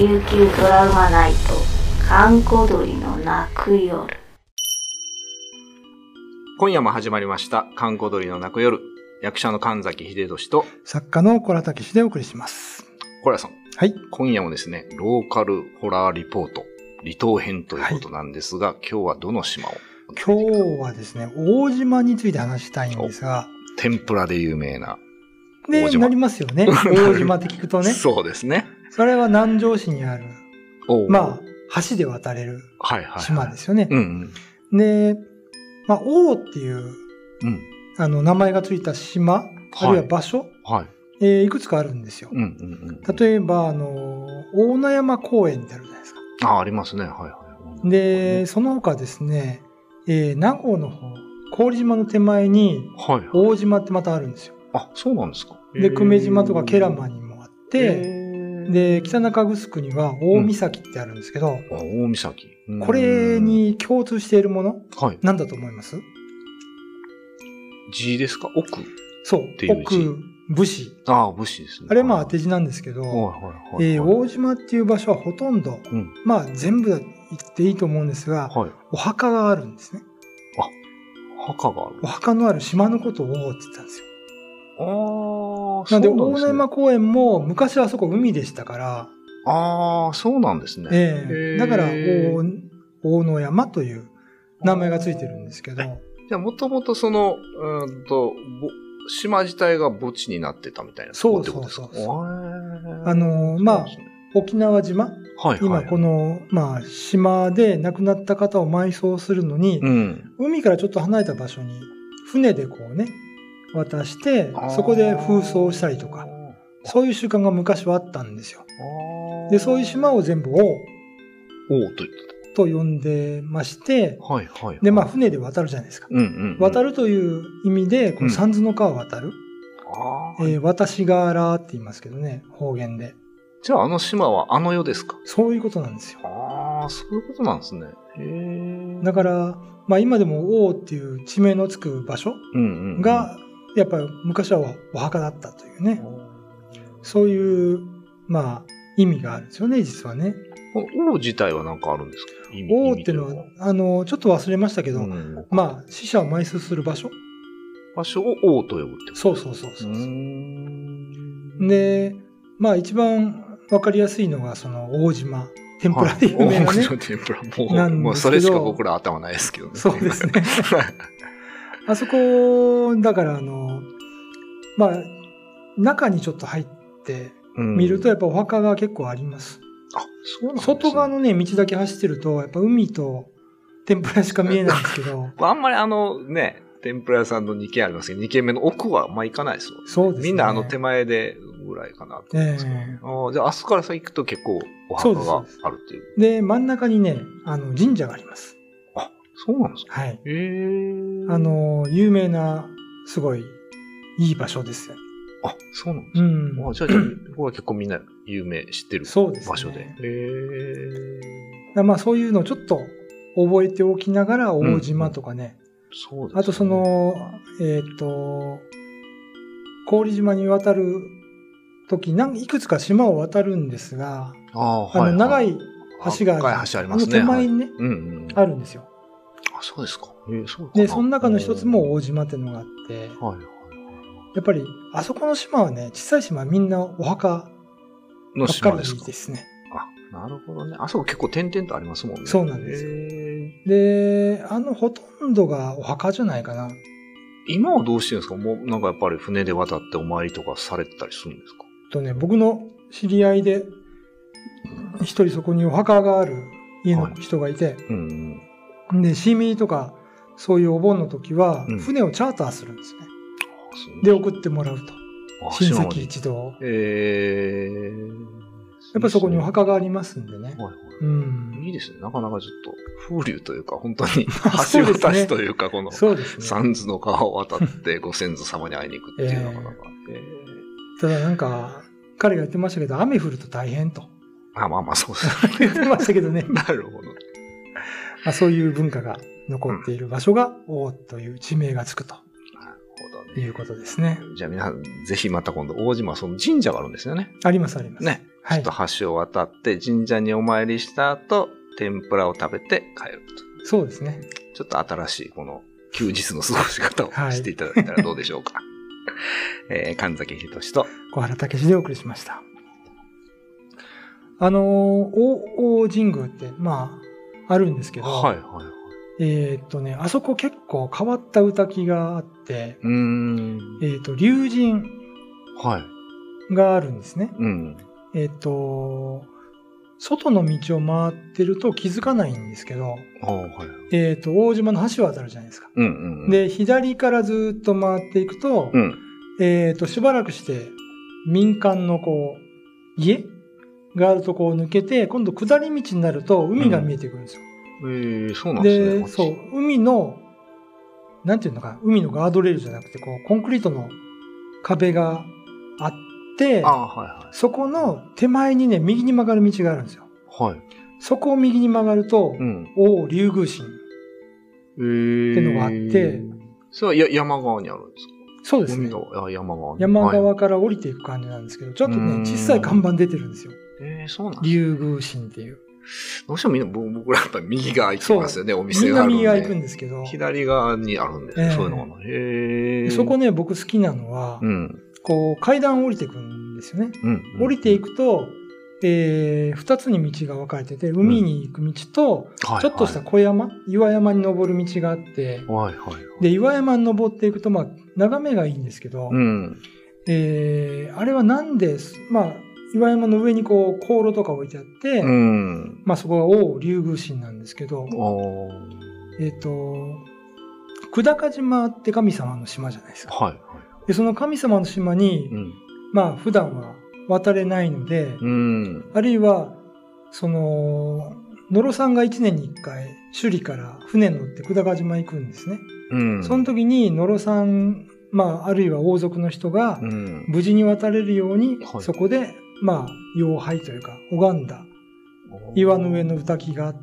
琉球ドラマナイト閑古鳥の泣く夜。 今夜も始まりました閑古鳥の泣く夜。役者の神崎秀俊と作家の小良武史でお送りします。 小良さん、 はい。 今夜もですね、ローカルホラーリポート離島編ということなんですが、今日はどの島を？ 今日はですね、大島について話したいんですが、 天ぷらで有名なで大島なりますよね。大島って聞くとね。 そうですね。 それは南城市にある、 あ、 橋で渡れるはいはい、 島ですよね。 うんで、王っていう、 うん、 名前がついた島、あるいは場所、 はい、 いくつかあるんですよ。 うんうんうん、 例えば、大野山公園ってあるじゃないですか。 ありますね。はいはい。 で、その他ですね、名護の方、郡島の手前に、大島ってまたあるんですよ。 あ、そうなんですか。 で、久米島とか慶良間にもあって、で、北中城には大岬ってあるんですけど、 大岬。 これに共通しているもの、 はい、 何だと思います？ 字ですか？奥？ そう、奥、武士。 ああ、武士ですね。 あれ当て字なんですけど、大島っていう場所はほとんど、全部言っていいと思うんですが、お墓があるんですね。 あ、墓がある。 お墓のある島のことを大って言ったんですよ。 ああ、 なんで、大野山公園も昔はあそこ海でしたから。 ああ、そうなんですね。 だから、大野山という名前がついてるんですけど。 じゃあ、もともと島自体が墓地になってたみたいな。 そうそうそう。沖縄島、今この、島で亡くなった方を埋葬するのに、海からちょっと離れた場所に船でこうね、渡して、そこで風葬したりとか、そういう習慣が昔はあったんですよ。で、そういう島を全部王と呼んでまして、で、船で渡るじゃないですか。渡るという意味で、三途の川を渡る。渡しがらって言いますけどね、方言で。 じゃあ、あの島はあの世ですか？ そういうことなんですよ。 ああ、そういうことなんですね。 だから、今でも王っていう地名のつく場所が、やっぱり昔はお墓だったというね。そういう、意味があるんですよね、実はね。 王自体は何かあるんですか？ 王っていうのは、ちょっと忘れましたけど、死者を埋葬する場所を王と呼ぶってこと？ そう。で、一番わかりやすいのが、その大島。天ぷらで有名なね。 天ぷら。もうそれしか僕ら頭ないですけどね。 そうですね。あそこ、だから中にちょっと入って見ると、やっぱお墓が結構あります。 あ、そうなんですね。 外側のね、道だけ走ってると、やっぱ海と天ぷらしか見えないんですけど。 あんまり天ぷら屋さんの2軒ありますけど、2軒目の奥は行かないですよ。 そうですね。 みんな手前でぐらいかなと思いますけど。じゃあ、あそこから行くと結構お墓があるっていう。 で、真ん中にね、神社があります。 あ、そうなんですか？ はい。有名な、すごい、いい場所ですよ。 あ、そうなんですか？じゃあ、ここは結構みんな有名、知ってる場所で。 そういうのをちょっと覚えておきながら、大島とかね。 そうですね。 あと郡島に渡るとき、いくつか島を渡るんですが、長い橋がある。 ありますね。 手前にね、あるんですよ。 あ、そうですか。 で、その中の一つも大島っていうのがあって、やっぱり、あそこの島はね、小さい島はみんなお墓の島ですか？ ですね。 あ、なるほどね。あそこ結構点々とありますもんね。 そうなんですよ。で、ほとんどがお墓じゃないかな。 今はどうしてるんですか？もうやっぱり船で渡ってお参りとかされてたりするんですか？ 僕の知り合いで、一人そこにお墓がある家の人がいて、で、シーミーとか、そういうお盆の時は、船をチャーターするんですね。で、送ってもらうと。親戚一同。やっぱりそこにお墓がありますんでね。 いいですね。なかなかちょっと風流というか、本当に橋渡しというか、この三途の川を渡ってご先祖様に会いに行くっていうのがなかなか。 ただ彼が言ってましたけど、雨降ると大変と。 そうですね。 言ってましたけどね。 なるほど。 そういう文化が残っている場所が、大という地名がつくと。いうことですね。 じゃあ皆さん、ぜひまた今度、大島、その神社があるんですよね。 あります、あります。 ね。 ちょっと橋を渡って神社にお参りした後、天ぷらを食べて帰ると。 そうですね。 ちょっと新しいこの休日の過ごし方をしていただいたらどうでしょうか。神崎仁と小原武史でお送りしました。大王神宮って、まあ、あるんですけど、 はいはいはい。 あそこ結構変わった歌木があって、龍神があるんですね。 うん、 外の道を回ってると気づかないんですけど、 はい、 大島の橋渡るじゃないですか。 うんうんうん、 で、左からずっと回っていくと、しばらくして民間のこう、家があるとこを抜けて、今度下り道になると海が見えてくるんですよ。 そうなんですね。 そう、海の、なんていうのかな、海のガードレールじゃなくて、こう、コンクリートの壁があって、そこの手前にね、右に曲がる道があるんですよ。 はい。 そこを右に曲がると、大龍宮神ってのがあって、 それは山側にあるんですか？ そうですね。山側から降りていく感じなんですけど、ちょっとね、小さい看板出てるんですよ。 そうなんですね。 龍宮神っていう。 どうしても僕らやっぱり右側行きますよね、お店があるんで。 みんな右側行くんですけど。 左側にあるんですね、そういうのが。 そこね、僕好きなのは、こう階段降りていくんですよね。降りていくと、二つに道が分かれてて、海に行く道と、ちょっとした小山、岩山に登る道があって、で、岩山に登っていくと、まあ、眺めがいいんですけど、あれはなんで、まあ、岩山の上にこう、香炉とか置いてあって、まあそこが大龍宮神なんですけど、久高島って神様の島じゃないですか。で、その神様の島に、まあ普段は渡れないので、あるいは、その、野呂さんが1年に1回、首里から船に乗って久高島行くんですね。その時に野呂さん、まああるいは王族の人が、無事に渡れるように、そこで、まあ、妖拝というか、拝んだ岩の上の歌木があって、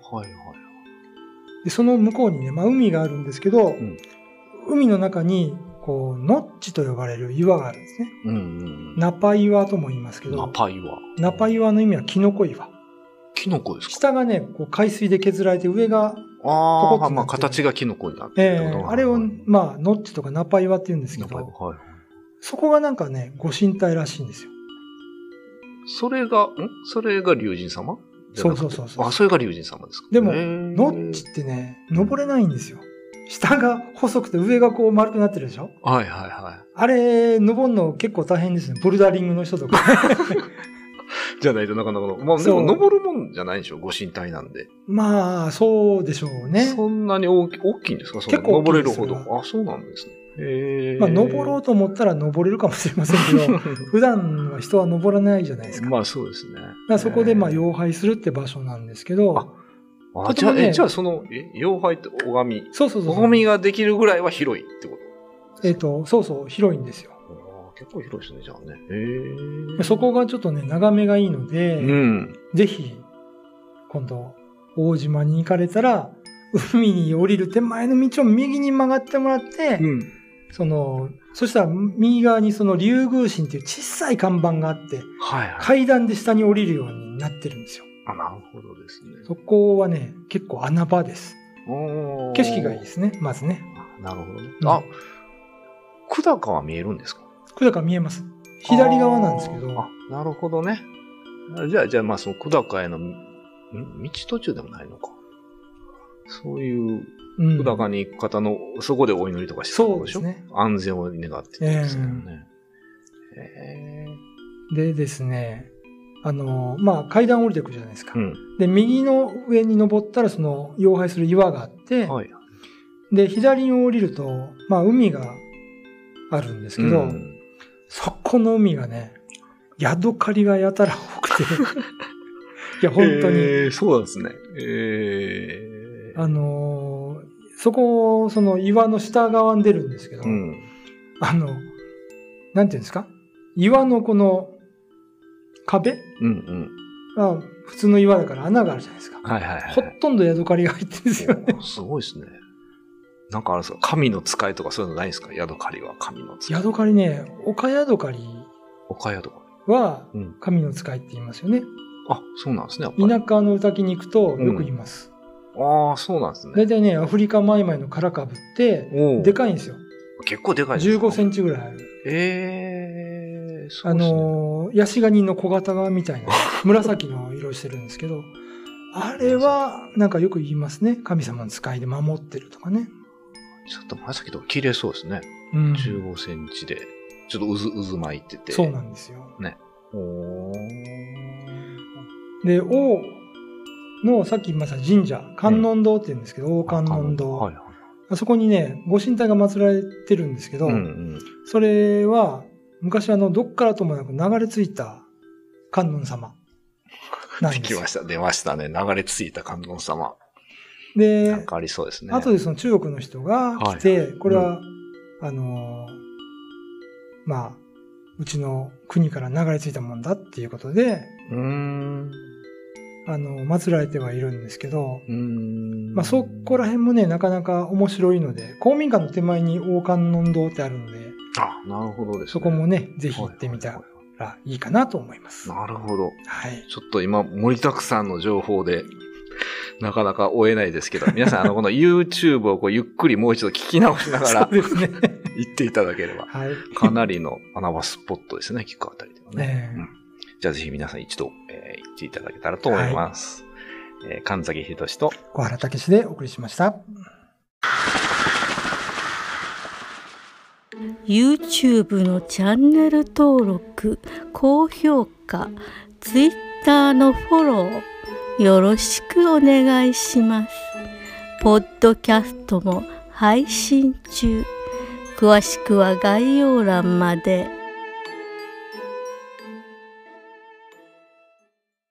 でその向こうにね、まあ海があるんですけど、海の中に、こう、ノッチと呼ばれる岩があるんですね。ナパ岩とも言いますけど、ナパ岩の意味はキノコ岩。 キノコですか？ 下がね、こう海水で削られて上がまあ形がキノコになってるってこと。 あれを、まあ、ノッチとかナパ岩って言うんですけど、そこがなんかね、ご神体らしいんですよ。 それが龍神様？ そう。 それが龍神様ですか？ でも、ノッチってね、登れないんですよ。下が細くて上がこう丸くなってるでしょ？あれ、登るの結構大変ですね。ボルダリングの人とか。 じゃないとなかなかまあでも登るもんじゃないでしょ、ご神体なんで。 まあ、そうでしょうね。 そんなに大きいんですか？結構登れるほど。そうなんですね。 まあ、登ろうと思ったら登れるかもしれませんけど、普段は人は登らないじゃないですか。 まあそうですね。だからそこでまあ、妖拝するって場所なんですけど、 じゃあその、妖拝って拝み。拝みができるぐらいは広いってこと？ そう、広いんですよ。 結構広いですね、じゃあね。 そこがちょっとね、眺めがいいので、ぜひ、今度、大島に行かれたら、海に降りる手前の道を右に曲がってもらって、そしたら右側にその龍宮神っていう小さい看板があって、階段で下に降りるようになってるんですよ。 なるほどですね。 そこはね、結構穴場です。景色がいいですね、まずね。 なるほどね。久高は見えるんですか？ 久高見えます。左側なんですけど。 なるほどね。じゃあまあその久高への道途中でもないのか。そういう久高に行く方の、そこでお祈りとかしてるんでしょ？そうですね。安全を願ってるんですよね。 でですね、まあ階段降りていくじゃないですか。で、右の上に登ったらその妖拝する岩があって、で、左に降りると、まあ海があるんですけど、そこの海がね、ヤドカリがやたら多くて、いや、本当に。 そうなんですね。 そこ、その岩の下側に出るんですけど、なんていうんですか？岩のこの壁が普通の岩だから穴があるじゃないですか。ほとんどヤドカリが入ってるんですよね。 すごいですね。なんかあるんですか？神の使いとかそういうのないんですか？ヤドカリは神の使い。 ヤドカリね、オカヤドカリ。 オカヤドカは神の使いって言いますよね。 あ、そうなんですね。 田舎の歌木に行くとよく言います。 ああ、そうなんですね。 大体ね、アフリカマイマイの殻かぶって、でかいんですよ。 結構でかいですね。 15センチぐらいある。 そうですね。 ヤシガニの小型みたいな紫の色してるんですけど、あれはなんかよく言いますね。神様の使いで守ってるとかね。 ちょっと紫とか綺麗そうですね。15センチで、ちょっと渦巻いてて。 そうなんですよ。 ね。 で、王のさっき言いました神社、観音堂って言うんですけど、王観音堂。あそこにね、ご神体が祀られてるんですけど、それは昔どっからともなく流れ着いた観音様なんですよ。 出ましたね。流れ着いた観音様。 で、 なんかありそうですね。 後でその中国の人が来て、これは、まあ、うちの国から流れ着いたもんだっていうことで、祀られてはいるんですけど、まあそこら辺もね、なかなか面白いので、公民館の手前に王観音堂ってあるので、 あ、なるほどですね。 そこもね、ぜひ行ってみたらいいかなと思います。 なるほど。 はい。 ちょっと今、盛りだくさんの情報で、なかなか追えないですけど、皆さん、この YouTube をゆっくりもう一度聞き直しながら、 そうですね。 行っていただければ、はい、かなりの穴場スポットですね、聞くあたりではね。じゃあぜひ皆さん一度、行っていただけたらと思います。神崎秀俊と小原武史でお送りしました。 YouTube のチャンネル登録、高評価、Twitter のフォロー、よろしくお願いします。ポッドキャストも配信中。詳しくは概要欄まで。